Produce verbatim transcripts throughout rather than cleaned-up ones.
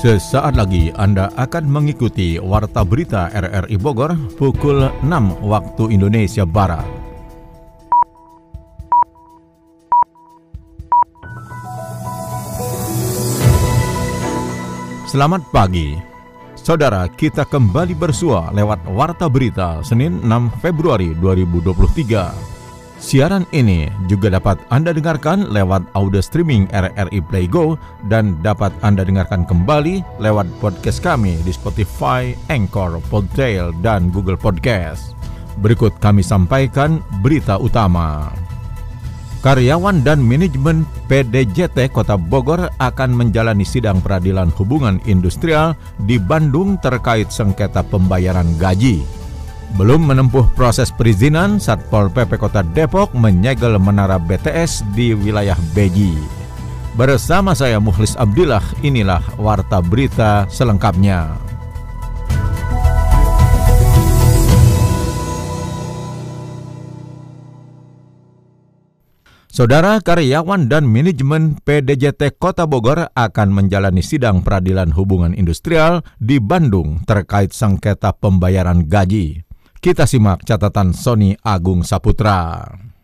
Sesaat lagi Anda akan mengikuti Warta Berita R R I Bogor pukul enam waktu Indonesia Barat. Selamat pagi. Saudara, kita kembali bersua lewat Warta Berita Senin enam Februari dua ribu dua puluh tiga. Siaran ini juga dapat Anda dengarkan lewat audio streaming R R I Play Go dan dapat Anda dengarkan kembali lewat podcast kami di Spotify, Anchor, Podtail, dan Google Podcast. Berikut kami sampaikan berita utama. Karyawan dan manajemen P D J T Kota Bogor akan menjalani sidang peradilan hubungan industrial di Bandung terkait sengketa pembayaran gaji. Belum menempuh proses perizinan, Satpol P P Kota Depok menyegel menara B T S di wilayah Beji. Bersama saya Mukhlis Abdillah, inilah Warta Berita selengkapnya. Saudara, karyawan dan manajemen P D J T Kota Bogor akan menjalani sidang peradilan hubungan industrial di Bandung terkait sengketa pembayaran gaji. Kita simak catatan Sony Agung Saputra.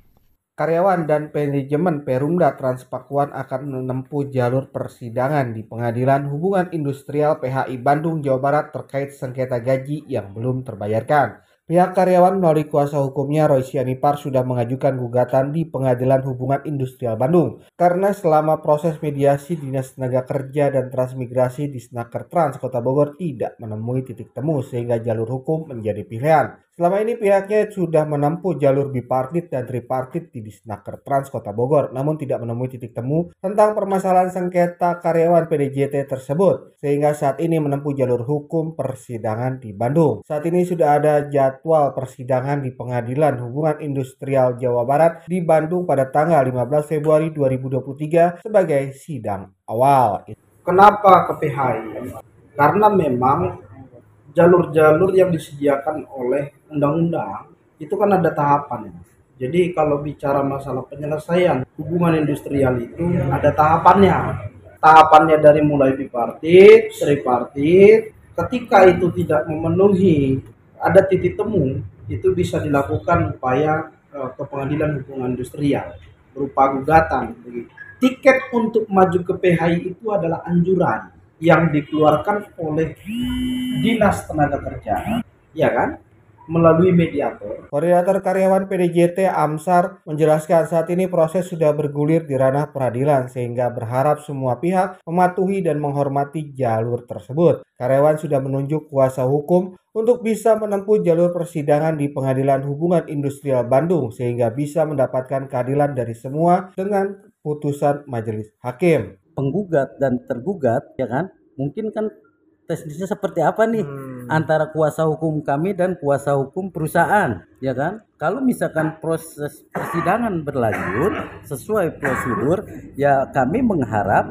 Karyawan dan manajemen Perumda Transpakuan akan menempuh jalur persidangan di Pengadilan Hubungan Industrial P H I Bandung, Jawa Barat terkait sengketa gaji yang belum terbayarkan. Pihak karyawan melalui kuasa hukumnya Roy Sianipar sudah mengajukan gugatan di Pengadilan Hubungan Industrial Bandung karena selama proses mediasi Dinas Tenaga Kerja dan Transmigrasi di Snaker Trans Kota Bogor tidak menemui titik temu sehingga jalur hukum menjadi pilihan. Selama ini pihaknya sudah menempuh jalur bipartit dan tripartit di Disnaker Trans Kota Bogor, namun tidak menemui titik temu tentang permasalahan sengketa karyawan P D J T tersebut, sehingga saat ini menempuh jalur hukum persidangan di Bandung. Saat ini sudah ada jadwal persidangan di Pengadilan Hubungan Industrial Jawa Barat di Bandung pada tanggal lima belas Februari dua ribu dua puluh tiga sebagai sidang awal. Kenapa ke P H I? Karena memang jalur-jalur yang disediakan oleh undang-undang itu kan ada tahapannya. Jadi kalau bicara masalah penyelesaian hubungan industrial itu ada tahapannya. Tahapannya dari mulai bipartit, tripartit, ketika itu tidak memenuhi ada titik temu, itu bisa dilakukan upaya uh, ke Pengadilan Hubungan Industrial berupa gugatan. Tiket untuk maju ke P H I itu adalah anjuran yang dikeluarkan oleh Dinas Tenaga Kerja, ya kan, melalui mediator. Koordinator karyawan P D J T Amsar menjelaskan saat ini proses sudah bergulir di ranah peradilan sehingga berharap semua pihak mematuhi dan menghormati jalur tersebut. Karyawan sudah menunjuk kuasa hukum untuk bisa menempuh jalur persidangan di Pengadilan Hubungan Industrial Bandung sehingga bisa mendapatkan keadilan dari semua dengan putusan majelis hakim. Penggugat dan tergugat, ya kan, mungkin kan tesisnya seperti apa nih hmm. antara kuasa hukum kami dan kuasa hukum perusahaan, ya kan. Kalau misalkan proses persidangan berlanjut sesuai prosedur, ya kami mengharap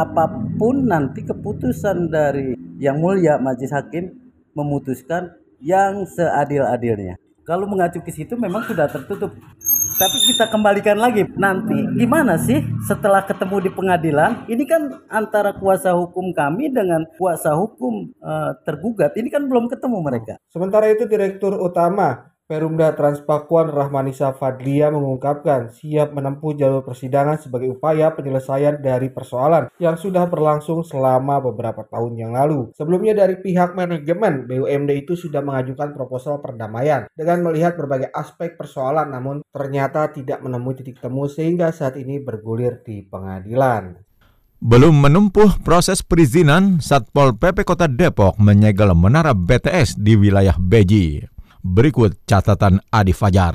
apapun nanti keputusan dari yang mulia majelis hakim memutuskan yang seadil-adilnya. Kalau mengacu ke situ memang sudah tertutup. Tapi kita kembalikan lagi, nanti gimana sih setelah ketemu di pengadilan? Ini kan antara kuasa hukum kami dengan kuasa hukum uh, tergugat, ini kan belum ketemu mereka. Sementara itu Direktur Utama Perumda Transpakuan Rahmanisa Fadlia mengungkapkan siap menempuh jalur persidangan sebagai upaya penyelesaian dari persoalan yang sudah berlangsung selama beberapa tahun yang lalu. Sebelumnya dari pihak manajemen B U M D itu sudah mengajukan proposal perdamaian dengan melihat berbagai aspek persoalan namun ternyata tidak menemui titik temu sehingga saat ini bergulir di pengadilan. Belum menempuh proses perizinan, Satpol P P Kota Depok menyegel menara B T S di wilayah Beji. Berikut catatan Adi Fajar.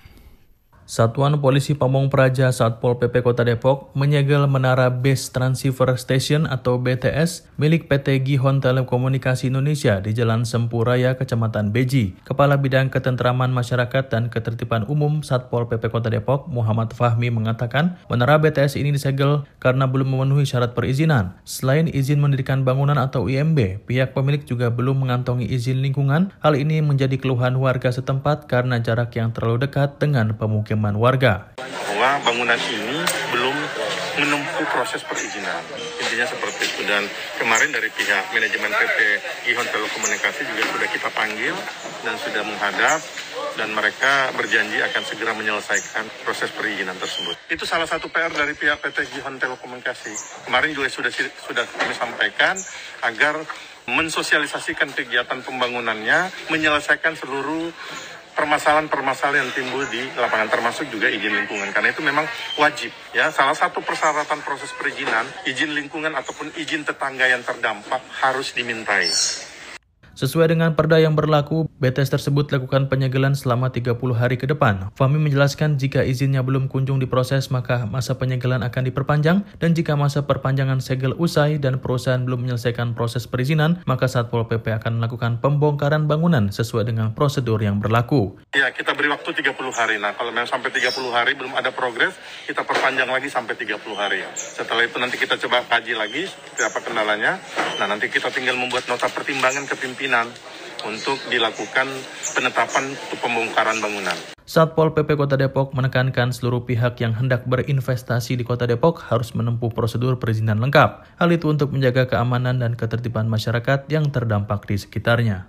Satuan Polisi Pamong Praja Satpol P P Kota Depok menyegel menara Base Transceiver Station atau B T S milik P T Gihon Telekomunikasi Indonesia di Jalan Sempuraya, Kecamatan Beji. Kepala Bidang Ketentraman Masyarakat dan Ketertiban Umum Satpol P P Kota Depok, Muhammad Fahmi mengatakan, menara B T S ini disegel karena belum memenuhi syarat perizinan. Selain izin mendirikan bangunan atau I M B, pihak pemilik juga belum mengantongi izin lingkungan. Hal ini menjadi keluhan warga setempat karena jarak yang terlalu dekat dengan pemukiman warga. Bahwa bangunan ini belum menempuh proses perizinan. Intinya seperti itu. Dan kemarin dari pihak manajemen P T Gihon Telekomunikasi juga sudah kita panggil dan sudah menghadap, dan mereka berjanji akan segera menyelesaikan proses perizinan tersebut. Itu salah satu P R dari pihak P T Gihon Telekomunikasi. Kemarin juga sudah sudah kami sampaikan agar mensosialisasikan kegiatan pembangunannya, menyelesaikan seluruh permasalahan-permasalahan yang timbul di lapangan, termasuk juga izin lingkungan, karena itu memang wajib ya. Salah satu persyaratan proses perizinan, izin lingkungan ataupun izin tetangga yang terdampak harus dimintai. Sesuai dengan perda yang berlaku, B T S tersebut lakukan penyegelan selama tiga puluh hari ke depan. Fahmi menjelaskan jika izinnya belum kunjung diproses, maka masa penyegelan akan diperpanjang, dan jika masa perpanjangan segel usai dan perusahaan belum menyelesaikan proses perizinan, maka Satpol P P akan melakukan pembongkaran bangunan sesuai dengan prosedur yang berlaku. Ya, kita beri waktu tiga puluh hari. Nah, kalau memang sampai tiga puluh hari belum ada progres, kita perpanjang lagi sampai tiga puluh hari. Setelah itu nanti kita coba kaji lagi seperti apa kendalanya. Nah, nanti kita tinggal membuat nota pertimbangan ke pimpinan untuk dilakukan penetapan pembongkaran bangunan. Satpol P P Kota Depok menekankan seluruh pihak yang hendak berinvestasi di Kota Depok harus menempuh prosedur perizinan lengkap. Hal itu untuk menjaga keamanan dan ketertiban masyarakat yang terdampak di sekitarnya.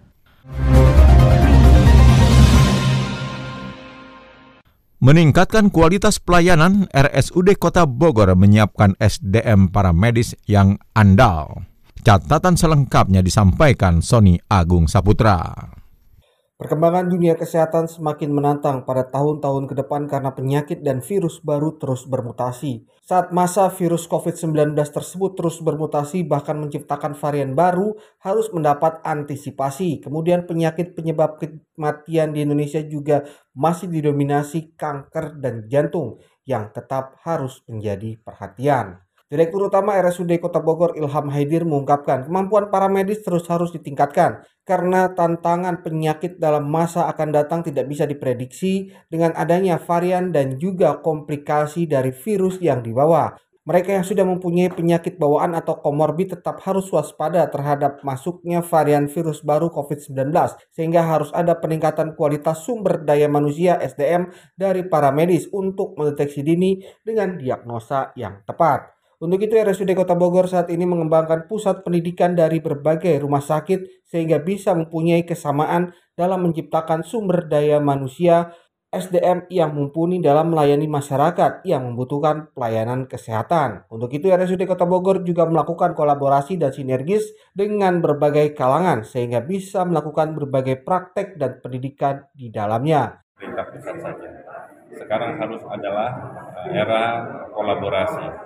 Meningkatkan kualitas pelayanan, R S U D Kota Bogor menyiapkan S D M para medis yang andal. Catatan selengkapnya disampaikan Sony Agung Saputra. Perkembangan dunia kesehatan semakin menantang pada tahun-tahun ke depan karena penyakit dan virus baru terus bermutasi. Saat masa virus covid sembilan belas tersebut terus bermutasi bahkan menciptakan varian baru, harus mendapat antisipasi. Kemudian penyakit penyebab kematian di Indonesia juga masih didominasi kanker dan jantung yang tetap harus menjadi perhatian. Direktur Utama R S U D Kota Bogor Ilham Haidir mengungkapkan kemampuan para medis terus harus ditingkatkan karena tantangan penyakit dalam masa akan datang tidak bisa diprediksi dengan adanya varian dan juga komplikasi dari virus yang dibawa. Mereka yang sudah mempunyai penyakit bawaan atau komorbid tetap harus waspada terhadap masuknya varian virus baru covid sembilan belas sehingga harus ada peningkatan kualitas sumber daya manusia S D M dari para medis untuk mendeteksi dini dengan diagnosa yang tepat. Untuk itu R S U D Kota Bogor saat ini mengembangkan pusat pendidikan dari berbagai rumah sakit sehingga bisa mempunyai kesamaan dalam menciptakan sumber daya manusia S D M yang mumpuni dalam melayani masyarakat yang membutuhkan pelayanan kesehatan. Untuk itu R S U D Kota Bogor juga melakukan kolaborasi dan sinergis dengan berbagai kalangan sehingga bisa melakukan berbagai praktek dan pendidikan di dalamnya. Perintah pusat saja. Sekarang harus adalah era kolaborasi.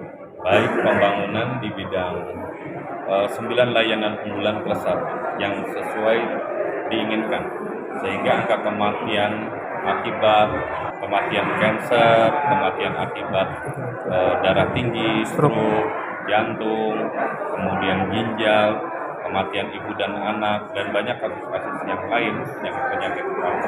Baik pembangunan di bidang uh, sembilan layanan unggulan plus satu yang sesuai diinginkan, sehingga angka kematian akibat kematian kanker, kematian akibat uh, darah tinggi, stroke, jantung, kemudian ginjal, kematian ibu dan anak, dan banyak kasus-kasus yang lain, penyakit-penyakit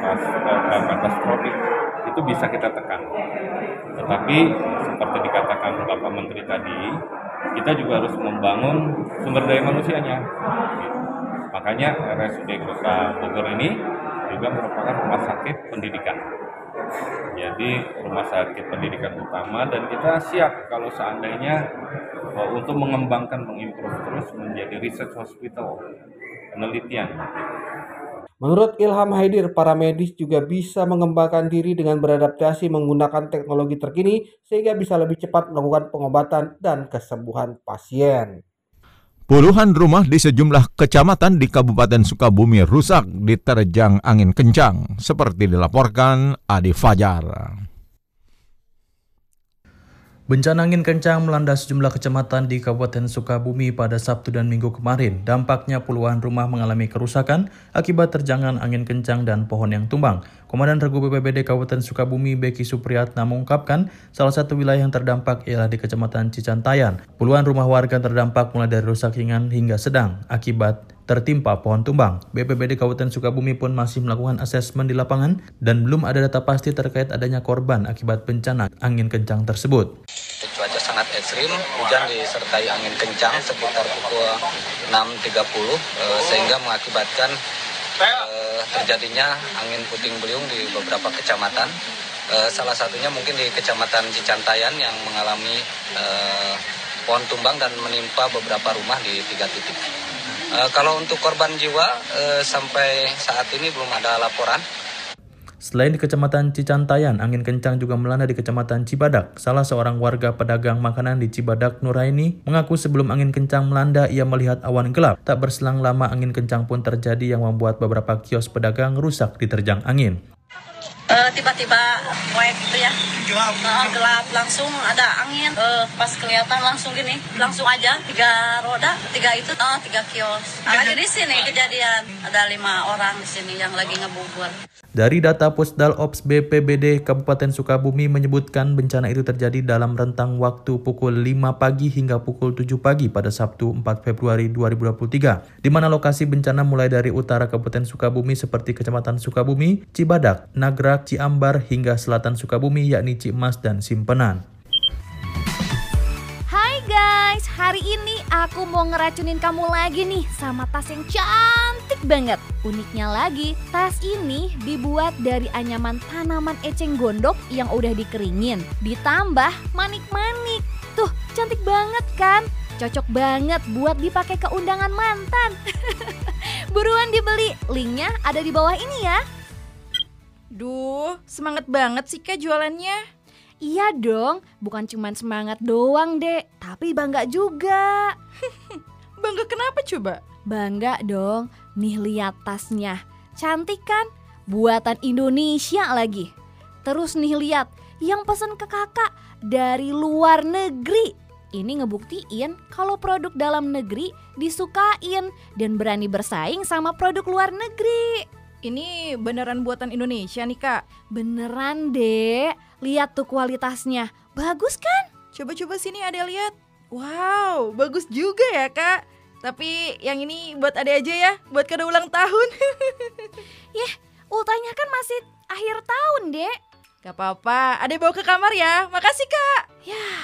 katastrofik itu bisa kita tekan. Tetapi seperti dikatakan Bapak Menteri tadi, kita juga harus membangun sumber daya manusianya. Gitu. Makanya R S U D Kota Bogor ini juga merupakan rumah sakit pendidikan. Jadi rumah sakit pendidikan utama, dan kita siap kalau seandainya uh, untuk mengembangkan, mengimprove terus menjadi research hospital, penelitian. Menurut Ilham Haidir, para medis juga bisa mengembangkan diri dengan beradaptasi menggunakan teknologi terkini sehingga bisa lebih cepat melakukan pengobatan dan kesembuhan pasien. Puluhan rumah di sejumlah kecamatan di Kabupaten Sukabumi rusak diterjang angin kencang, seperti dilaporkan Adi Fajar. Bencana angin kencang melanda sejumlah kecamatan di Kabupaten Sukabumi pada Sabtu dan Minggu kemarin. Dampaknya puluhan rumah mengalami kerusakan akibat terjangan angin kencang dan pohon yang tumbang. Komandan Regu B P B D Kabupaten Sukabumi Beki Supriyatna mengungkapkan salah satu wilayah yang terdampak ialah di Kecamatan Cicantayan. Puluhan rumah warga terdampak mulai dari rusak ringan hingga sedang akibat tertimpa pohon tumbang. B P B D Kabupaten Sukabumi pun masih melakukan asesmen di lapangan dan belum ada data pasti terkait adanya korban akibat bencana angin kencang tersebut. Cuaca sangat ekstrim, hujan disertai angin kencang sekitar pukul enam tiga puluh eh, sehingga mengakibatkan eh, terjadinya angin puting beliung di beberapa kecamatan Uh, salah satunya mungkin di Kecamatan Cicantayan yang mengalami uh, pohon tumbang dan menimpa beberapa rumah di tiga titik. Uh, kalau untuk korban jiwa uh, sampai saat ini belum ada laporan. Selain di Kecamatan Cicantayan, angin kencang juga melanda di Kecamatan Cibadak. Salah seorang warga pedagang makanan di Cibadak, Nuraini, mengaku sebelum angin kencang melanda, ia melihat awan gelap. Tak berselang lama, angin kencang pun terjadi yang membuat beberapa kios pedagang rusak diterjang angin. Uh, tiba-tiba white gitu ya, gelap, uh, gelap langsung ada angin. Uh, pas kelihatan langsung gini, langsung aja tiga roda, tiga itu, uh, tiga kios. Lagi di sini kejadian, ada lima orang di sini yang lagi ngebubur. Dari data Pusdal Ops B P B D Kabupaten Sukabumi menyebutkan bencana itu terjadi dalam rentang waktu pukul lima pagi hingga pukul tujuh pagi pada Sabtu empat Februari dua ribu dua puluh tiga, di mana lokasi bencana mulai dari utara Kabupaten Sukabumi seperti Kecamatan Sukabumi, Cibadak, Nagrak, Ciambar hingga selatan Sukabumi yakni Cimas dan Simpenan. Hai guys, hari ini aku mau ngeracunin kamu lagi nih sama tas yang cantik banget. Uniknya lagi, tas ini dibuat dari anyaman tanaman eceng gondok yang udah dikeringin, ditambah manik-manik. Tuh, cantik banget kan? Cocok banget buat dipakai ke undangan mantan. Buruan dibeli, linknya ada di bawah ini ya. Duh, semangat banget sih Kak jualannya. Iya dong, bukan cuma semangat doang dek, tapi bangga juga. Bangga kenapa coba? Bangga dong, nih lihat tasnya. Cantik kan? Buatan Indonesia lagi. Terus nih lihat, yang pesen ke kakak dari luar negeri. Ini ngebuktiin kalau produk dalam negeri disukain dan berani bersaing sama produk luar negeri. Ini beneran buatan Indonesia nih Kak? Beneran dek, lihat tuh kualitasnya, bagus kan? Coba-coba sini Ade lihat. Wow, bagus juga ya Kak. Tapi yang ini buat Ade aja ya, buat kado ulang tahun. Yeh, ultahnya kan masih akhir tahun dek. Gak apa-apa, Ade bawa ke kamar ya. Makasih Kak. Yah.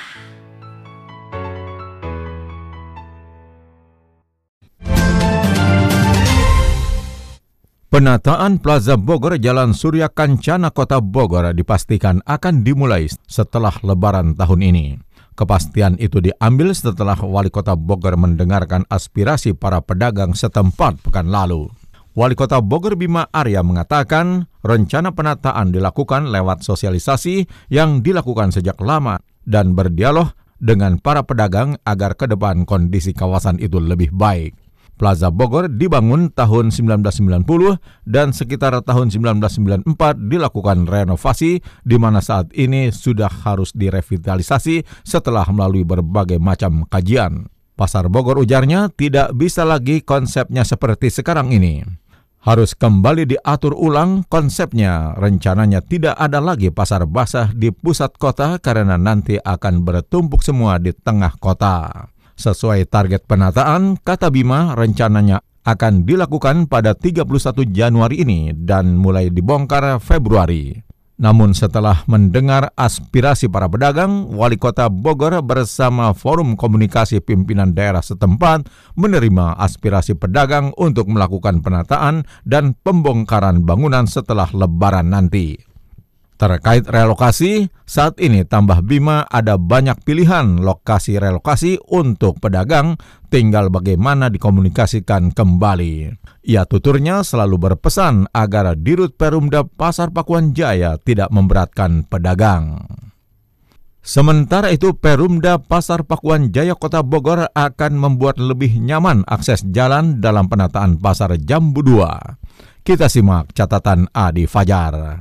Penataan Plaza Bogor Jalan Surya Kancana Kota Bogor dipastikan akan dimulai setelah Lebaran tahun ini. Kepastian itu diambil setelah Wali Kota Bogor mendengarkan aspirasi para pedagang setempat pekan lalu. Wali Kota Bogor Bima Arya mengatakan rencana penataan dilakukan lewat sosialisasi yang dilakukan sejak lama dan berdialog dengan para pedagang agar ke depan kondisi kawasan itu lebih baik. Plaza Bogor dibangun tahun sembilan belas sembilan puluh dan sekitar tahun sembilan belas sembilan puluh empat dilakukan renovasi di mana saat ini sudah harus direvitalisasi setelah melalui berbagai macam kajian. Pasar Bogor ujarnya tidak bisa lagi konsepnya seperti sekarang ini. Harus kembali diatur ulang konsepnya. Rencananya tidak ada lagi pasar basah di pusat kota karena nanti akan bertumpuk semua di tengah kota. Sesuai target penataan, kata Bima, rencananya akan dilakukan pada tiga puluh satu Januari ini dan mulai dibongkar Februari. Namun setelah mendengar aspirasi para pedagang, Wali Kota Bogor bersama Forum Komunikasi Pimpinan Daerah setempat menerima aspirasi pedagang untuk melakukan penataan dan pembongkaran bangunan setelah Lebaran nanti. Terkait relokasi, saat ini tambah Bima ada banyak pilihan lokasi relokasi untuk pedagang, tinggal bagaimana dikomunikasikan kembali. Ia tuturnya selalu berpesan agar Dirut Perumda Pasar Pakuan Jaya tidak memberatkan pedagang. Sementara itu, Perumda Pasar Pakuan Jaya Kota Bogor akan membuat lebih nyaman akses jalan dalam penataan Pasar Jambu dua. Kita simak catatan Adi Fajar.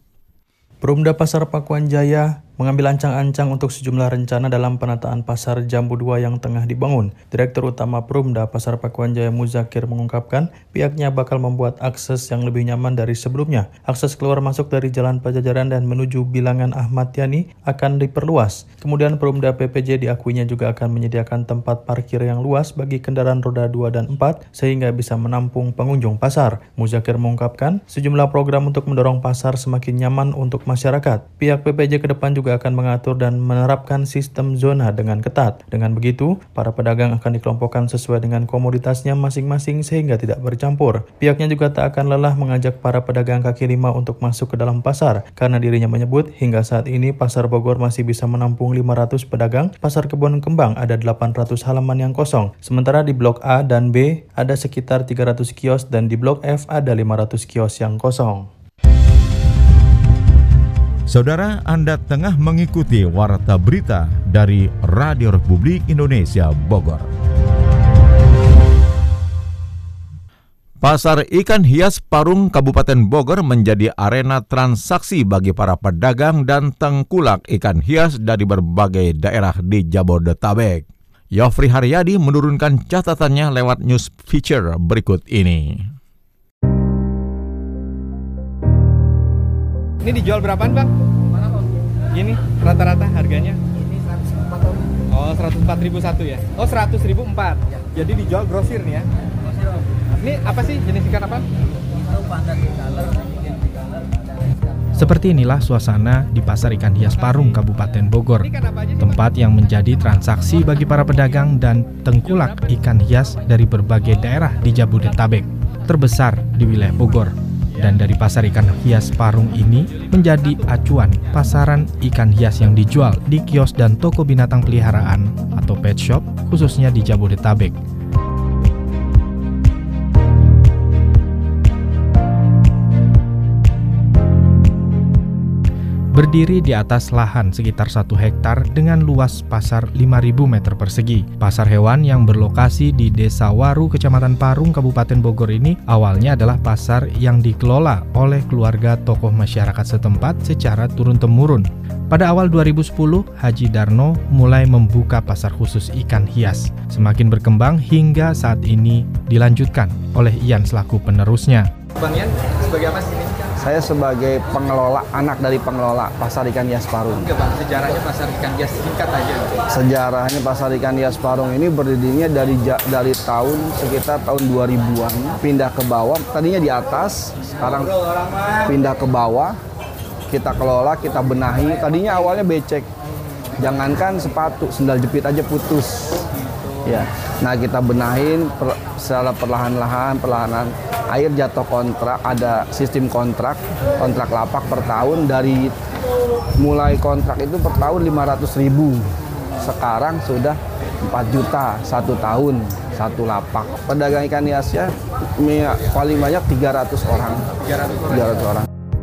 Perumda Pasar Pakuan Jaya mengambil ancang-ancang untuk sejumlah rencana dalam penataan Pasar Jambu dua yang tengah dibangun. Direktur Utama Perumda Pasar Pakuan Jaya Muzakir mengungkapkan pihaknya bakal membuat akses yang lebih nyaman dari sebelumnya. Akses keluar masuk dari Jalan Pajajaran dan menuju Bilangan Ahmad Yani akan diperluas. Kemudian Perumda P P J diakuinya juga akan menyediakan tempat parkir yang luas bagi kendaraan roda dua dan empat sehingga bisa menampung pengunjung pasar. Muzakir mengungkapkan sejumlah program untuk mendorong pasar semakin nyaman untuk masyarakat. Pihak P P J ke depan juga juga akan mengatur dan menerapkan sistem zona dengan ketat. Dengan begitu, para pedagang akan dikelompokkan sesuai dengan komoditasnya masing-masing sehingga tidak bercampur. Pihaknya juga tak akan lelah mengajak para pedagang kaki lima untuk masuk ke dalam pasar, karena dirinya menyebut hingga saat ini Pasar Bogor masih bisa menampung lima ratus pedagang, Pasar Kebon Kembang ada delapan ratus halaman yang kosong. Sementara di Blok A dan B ada sekitar tiga ratus kios dan di Blok F ada lima ratus kios yang kosong. Saudara, Anda tengah mengikuti Warta Berita dari Radio Republik Indonesia Bogor. Pasar ikan hias Parung Kabupaten Bogor menjadi arena transaksi bagi para pedagang dan tengkulak ikan hias dari berbagai daerah di Jabodetabek. Yofri Haryadi menurunkan catatannya lewat news feature berikut ini. Ini dijual berapaan, Bang? Ini rata-rata harganya? Ini seratus empat. Oh, seratus empat ribu satu ya? Oh, seratus ribu empat. Ya. Jadi dijual grosir nih ya? Grosir. Ini apa sih? Jenis ikan apa? Itu pandan color. Seperti inilah suasana di Pasar Ikan Hias Parung, Kabupaten Bogor. Tempat yang menjadi transaksi bagi para pedagang dan tengkulak ikan hias dari berbagai daerah di Jabodetabek, terbesar di wilayah Bogor. Dan dari Pasar Ikan Hias Parung ini menjadi acuan pasaran ikan hias yang dijual di kios dan toko binatang peliharaan atau pet shop khususnya di Jabodetabek. Berdiri di atas lahan sekitar satu hektar dengan luas pasar lima ribu meter persegi. Pasar hewan yang berlokasi di Desa Waru, Kecamatan Parung, Kabupaten Bogor ini awalnya adalah pasar yang dikelola oleh keluarga tokoh masyarakat setempat secara turun-temurun. Pada awal dua ribu sepuluh, Haji Darno mulai membuka pasar khusus ikan hias. Semakin berkembang hingga saat ini dilanjutkan oleh Ian selaku penerusnya. Bang Ian, sebagai apa sih ini? Saya sebagai pengelola, anak dari pengelola Pasar Ikan Hias Parung. Enggak, Bang, sejarahnya Pasar Ikan Hias singkat aja. Sejarahnya Pasar Ikan Hias Parung ini berdirinya dari dari tahun sekitar tahun dua ribuan, pindah ke bawah. Tadinya di atas, sekarang pindah ke bawah. Kita kelola, kita benahi. Tadinya awalnya becek. Jangankan sepatu, sendal jepit aja putus. Ya. Nah, kita benahin per, secara perlahan-lahan, perlahan air jatuh kontrak, ada sistem kontrak, kontrak lapak per tahun. Dari mulai kontrak itu per tahun lima ratus ribu. Sekarang sudah empat juta satu tahun, satu lapak. Pedagang ikan hiasnya paling banyak tiga ratus orang. tiga ratus orang.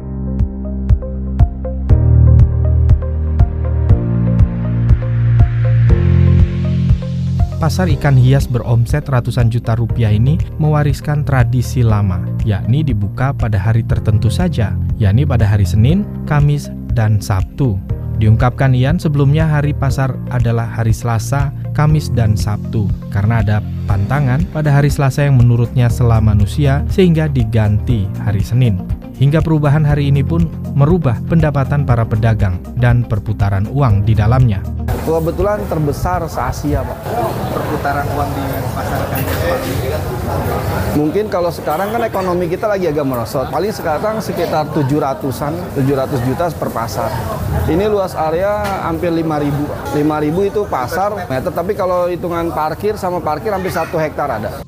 Pasar ikan hias beromset ratusan juta rupiah ini mewariskan tradisi lama, yakni dibuka pada hari tertentu saja, yakni pada hari Senin, Kamis, dan Sabtu. Diungkapkan Ian, sebelumnya hari pasar adalah hari Selasa, Kamis, dan Sabtu, karena ada pantangan pada hari Selasa yang menurutnya sela manusia sehingga diganti hari Senin. Hingga perubahan hari ini pun merubah pendapatan para pedagang dan perputaran uang di dalamnya. Kebetulan terbesar se-Asia, Pak. Perputaran uang di pasar ikan hias Parung. Mungkin kalau sekarang kan ekonomi kita lagi agak merosot. Paling sekarang sekitar tujuh ratusan, tujuh ratus juta per pasar. Ini luas area hampir lima ribu. lima ribu itu pasar meter, tapi kalau hitungan parkir sama parkir hampir satu hektar ada.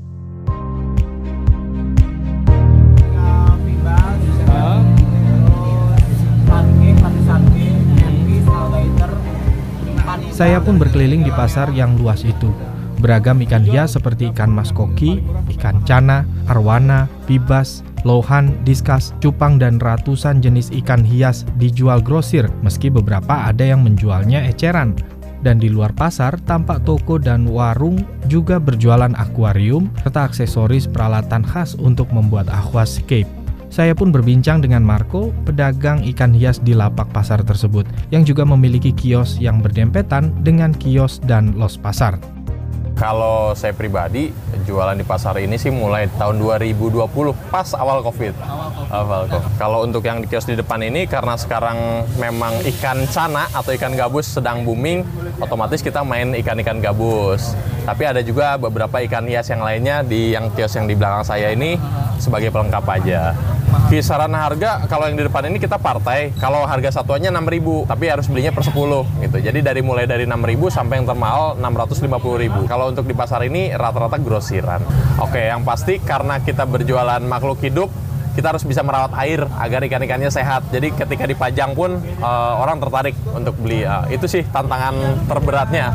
Saya pun berkeliling di pasar yang luas itu. Beragam ikan hias seperti ikan mas koki, ikan cana, arwana, bibas, lohan, diskas, cupang, dan ratusan jenis ikan hias dijual grosir, meski beberapa ada yang menjualnya eceran. Dan di luar pasar, tampak toko dan warung juga berjualan akuarium serta aksesoris peralatan khas untuk membuat aquascape. Saya pun berbincang dengan Marco, pedagang ikan hias di lapak pasar tersebut, yang juga memiliki kios yang berdempetan dengan kios dan los pasar. Kalau saya pribadi, jualan di pasar ini sih mulai tahun dua ribu dua puluh, pas awal COVID. Awal COVID. Kalau untuk yang di kios di depan ini, karena sekarang memang ikan cana atau ikan gabus sedang booming, otomatis kita main ikan-ikan gabus. Tapi ada juga beberapa ikan hias yang lainnya di yang kios yang di belakang saya ini sebagai pelengkap aja. Kisaran harga kalau yang di depan ini kita partai, kalau harga satuannya enam ribu, tapi harus belinya per sepuluh gitu. Jadi dari mulai dari enam ribu sampai yang termahal enam ratus lima puluh ribu. Kalau untuk di pasar ini rata-rata grosiran. Oke, yang pasti karena kita berjualan makhluk hidup, kita harus bisa merawat air agar ikan-ikannya sehat. Jadi ketika dipajang pun uh, orang tertarik untuk beli. Uh, itu sih tantangan terberatnya.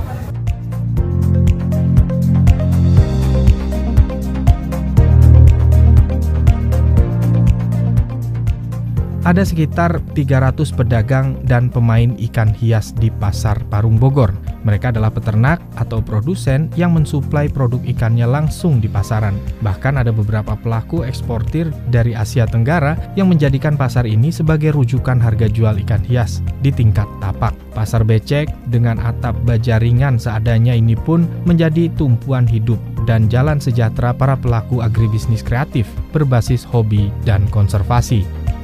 Ada sekitar tiga ratus pedagang dan pemain ikan hias di Pasar Parung Bogor. Mereka adalah peternak atau produsen yang mensuplai produk ikannya langsung di pasaran. Bahkan ada beberapa pelaku eksportir dari Asia Tenggara yang menjadikan pasar ini sebagai rujukan harga jual ikan hias di tingkat tapak. Pasar becek dengan atap baja ringan seadanya ini pun menjadi tumpuan hidup dan jalan sejahtera para pelaku agribisnis kreatif berbasis hobi dan konservasi.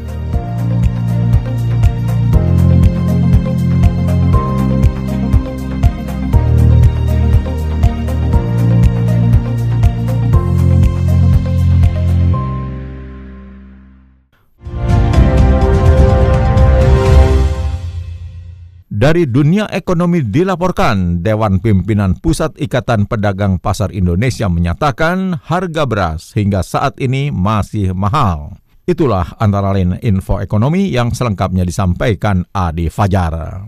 Dari dunia ekonomi dilaporkan, Dewan Pimpinan Pusat Ikatan Pedagang Pasar Indonesia menyatakan harga beras hingga saat ini masih mahal. Itulah antara lain info ekonomi yang selengkapnya disampaikan Adi Fajar.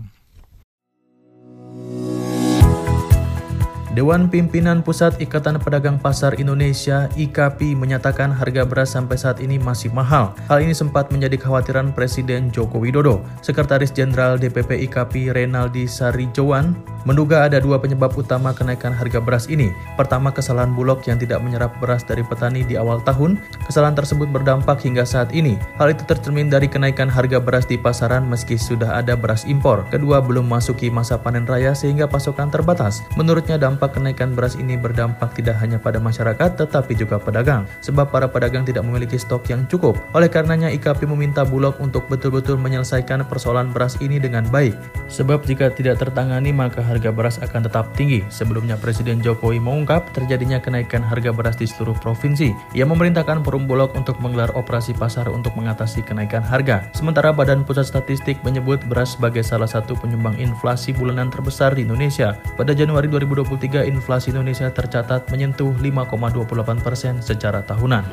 Dewan Pimpinan Pusat Ikatan Pedagang Pasar Indonesia I K P menyatakan harga beras sampai saat ini masih mahal. Hal ini sempat menjadi kekhawatiran Presiden Joko Widodo. Sekretaris Jenderal D P P I K P Renaldi Sarijowan menduga ada dua penyebab utama kenaikan harga beras ini. Pertama, kesalahan Bulog yang tidak menyerap beras dari petani di awal tahun. Kesalahan tersebut berdampak hingga saat ini. Hal itu tercermin dari kenaikan harga beras di pasaran meski sudah ada beras impor. Kedua, belum masuki masa panen raya sehingga pasokan terbatas. Menurutnya dampak kenaikan beras ini berdampak tidak hanya pada masyarakat tetapi juga pedagang, sebab para pedagang tidak memiliki stok yang cukup. Oleh karenanya I K P meminta Bulog untuk betul-betul menyelesaikan persoalan beras ini dengan baik, sebab jika tidak tertangani maka harga beras akan tetap tinggi. Sebelumnya Presiden Jokowi mengungkap terjadinya kenaikan harga beras di seluruh provinsi. Ia memerintahkan Perum Bulog untuk menggelar operasi pasar untuk mengatasi kenaikan harga. Sementara Badan Pusat Statistik menyebut beras sebagai salah satu penyumbang inflasi bulanan terbesar di Indonesia. Pada Januari dua ribu dua puluh tiga inflasi Indonesia tercatat menyentuh lima koma dua puluh delapan persen secara tahunan.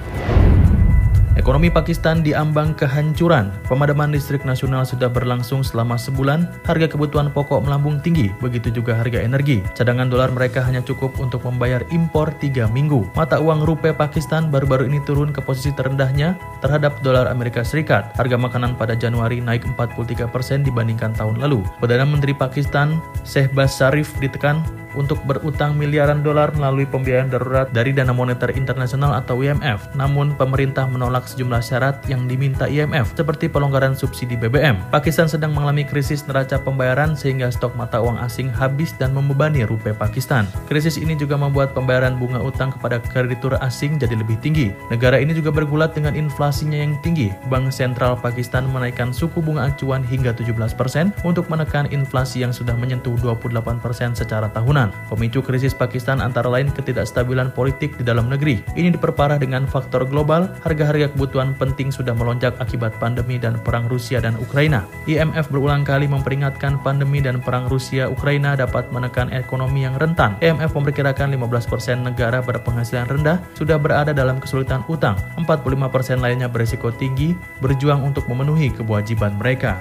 Ekonomi Pakistan diambang kehancuran. Pemadaman listrik nasional sudah berlangsung selama sebulan. Harga kebutuhan pokok melambung tinggi, begitu juga harga energi. Cadangan dolar mereka hanya cukup untuk membayar impor tiga minggu. Mata uang rupiah Pakistan baru-baru ini turun ke posisi terendahnya terhadap dolar Amerika Serikat. Harga makanan pada Januari naik empat puluh tiga persen dibandingkan tahun lalu. Perdana Menteri Pakistan, Shehbaz Sharif, ditekan untuk berutang miliaran dolar melalui pembiayaan darurat dari Dana Moneter Internasional atau I M F. Namun pemerintah menolak sejumlah syarat yang diminta I M F seperti pelonggaran subsidi B B M. Pakistan sedang mengalami krisis neraca pembayaran sehingga stok mata uang asing habis dan membebani rupiah Pakistan. Krisis ini juga membuat pembayaran bunga utang kepada kreditur asing jadi lebih tinggi. Negara ini juga bergulat dengan inflasinya yang tinggi. Bank Sentral Pakistan menaikkan suku bunga acuan hingga tujuh belas persen untuk menekan inflasi yang sudah menyentuh dua puluh delapan persen secara tahunan. Pemicu krisis Pakistan antara lain ketidakstabilan politik di dalam negeri. Ini diperparah dengan faktor global, harga-harga kebutuhan penting sudah melonjak akibat pandemi dan perang Rusia dan Ukraina. I M F berulang kali memperingatkan pandemi dan perang Rusia-Ukraina dapat menekan ekonomi yang rentan. I M F memperkirakan lima belas persen negara berpenghasilan rendah sudah berada dalam kesulitan utang. empat puluh lima persen lainnya berisiko tinggi, berjuang untuk memenuhi kewajiban mereka.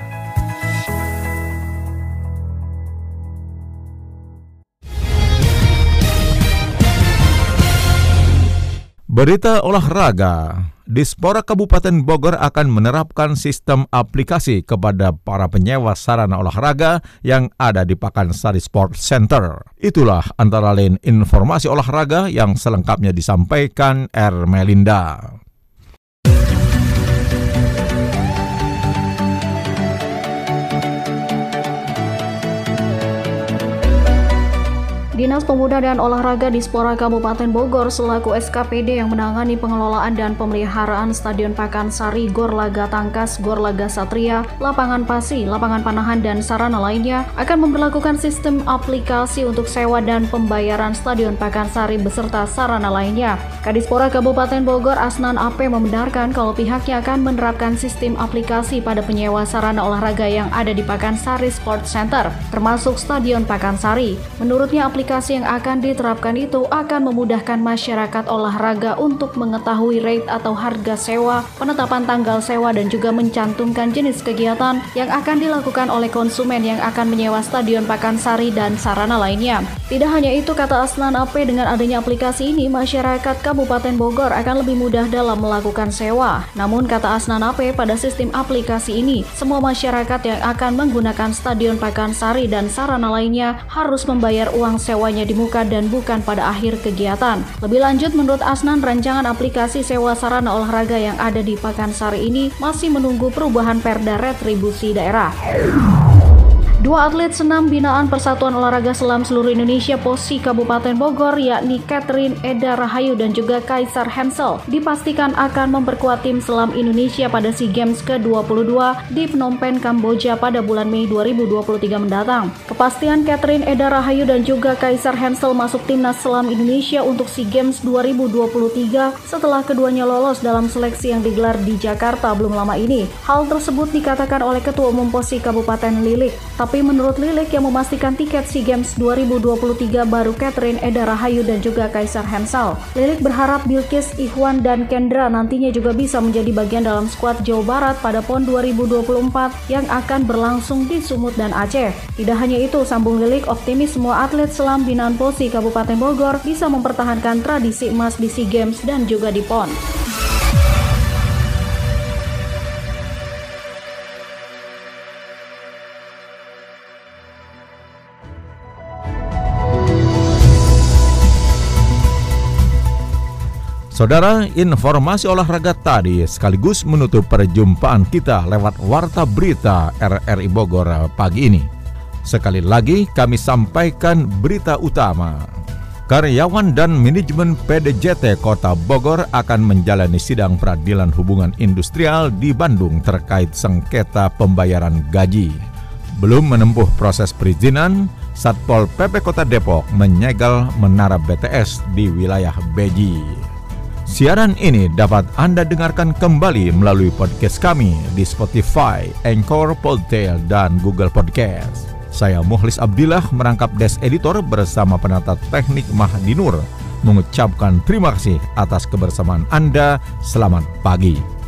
Berita olahraga, Dispora Kabupaten Bogor akan menerapkan sistem aplikasi kepada para penyewa sarana olahraga yang ada di Pakansari Sport Center. Itulah antara lain informasi olahraga yang selengkapnya disampaikan Ermelinda. Dinas Pemuda dan Olahraga Dispora Kabupaten Bogor selaku S K P D yang menangani pengelolaan dan pemeliharaan Stadion Pakansari, Gor Laga Tangkas, Gor Laga Satria, Lapangan Pasi, Lapangan Panahan, dan sarana lainnya akan memberlakukan sistem aplikasi untuk sewa dan pembayaran Stadion Pakansari beserta sarana lainnya. Kadispora Kabupaten Bogor Asnan A P membenarkan kalau pihaknya akan menerapkan sistem aplikasi pada penyewa sarana olahraga yang ada di Pakansari Sports Center, termasuk Stadion Pakansari. Menurutnya aplikasi yang akan diterapkan itu akan memudahkan masyarakat olahraga untuk mengetahui rate atau harga sewa, penetapan tanggal sewa, dan juga mencantumkan jenis kegiatan yang akan dilakukan oleh konsumen yang akan menyewa Stadion Pakansari dan sarana lainnya. Tidak hanya itu, kata Asnan A P, dengan adanya aplikasi ini, masyarakat Kabupaten Bogor akan lebih mudah dalam melakukan sewa. Namun, kata Asnan A P, pada sistem aplikasi ini, semua masyarakat yang akan menggunakan Stadion Pakansari dan sarana lainnya harus membayar uang sewanya di muka dan bukan pada akhir kegiatan. Lebih lanjut, menurut Asnan, rancangan aplikasi sewa sarana olahraga yang ada di Pakansari ini masih menunggu perubahan perda retribusi daerah. Dua atlet senam binaan Persatuan Olahraga Selam Seluruh Indonesia POSI Kabupaten Bogor, yakni Catherine Eda Rahayu dan juga Kaisar Hensel, dipastikan akan memperkuat tim selam Indonesia pada SEA Games ke dua puluh dua di Phnom Penh, Kamboja pada bulan Mei dua ribu dua puluh tiga mendatang. Kepastian Catherine Eda Rahayu dan juga Kaisar Hensel masuk timnas selam Indonesia untuk SEA Games dua ribu dua puluh tiga setelah keduanya lolos dalam seleksi yang digelar di Jakarta belum lama ini. Hal tersebut dikatakan oleh Ketua Umum POSI Kabupaten Lilik. Tapi menurut Lilik, yang memastikan tiket SEA Games dua ribu dua puluh tiga baru Catherine Eda Rahayu dan juga Kaisar Hensel. Lilik berharap Bilkis, Ikhwan, dan Kendra nantinya juga bisa menjadi bagian dalam skuad Jawa Barat pada PON dua ribu dua puluh empat yang akan berlangsung di Sumut dan Aceh. Tidak hanya itu, sambung Lilik, optimis semua atlet selam binaan POSI Kabupaten Bogor bisa mempertahankan tradisi emas di SEA Games dan juga di PON. Saudara, informasi olahraga tadi sekaligus menutup perjumpaan kita lewat Warta Berita R R I Bogor pagi ini. Sekali lagi kami sampaikan berita utama. Karyawan dan manajemen P D J T Kota Bogor akan menjalani sidang peradilan hubungan industrial di Bandung terkait sengketa pembayaran gaji. Belum menempuh proses perizinan, Satpol P P Kota Depok menyegel menara B T S di wilayah Beji. Siaran ini dapat Anda dengarkan kembali melalui podcast kami di Spotify, Anchor, Podtail, dan Google Podcast. Saya Mukhlis Abdillah merangkap Desk Editor bersama penata teknik Mahdi Nur, mengucapkan terima kasih atas kebersamaan Anda. Selamat pagi.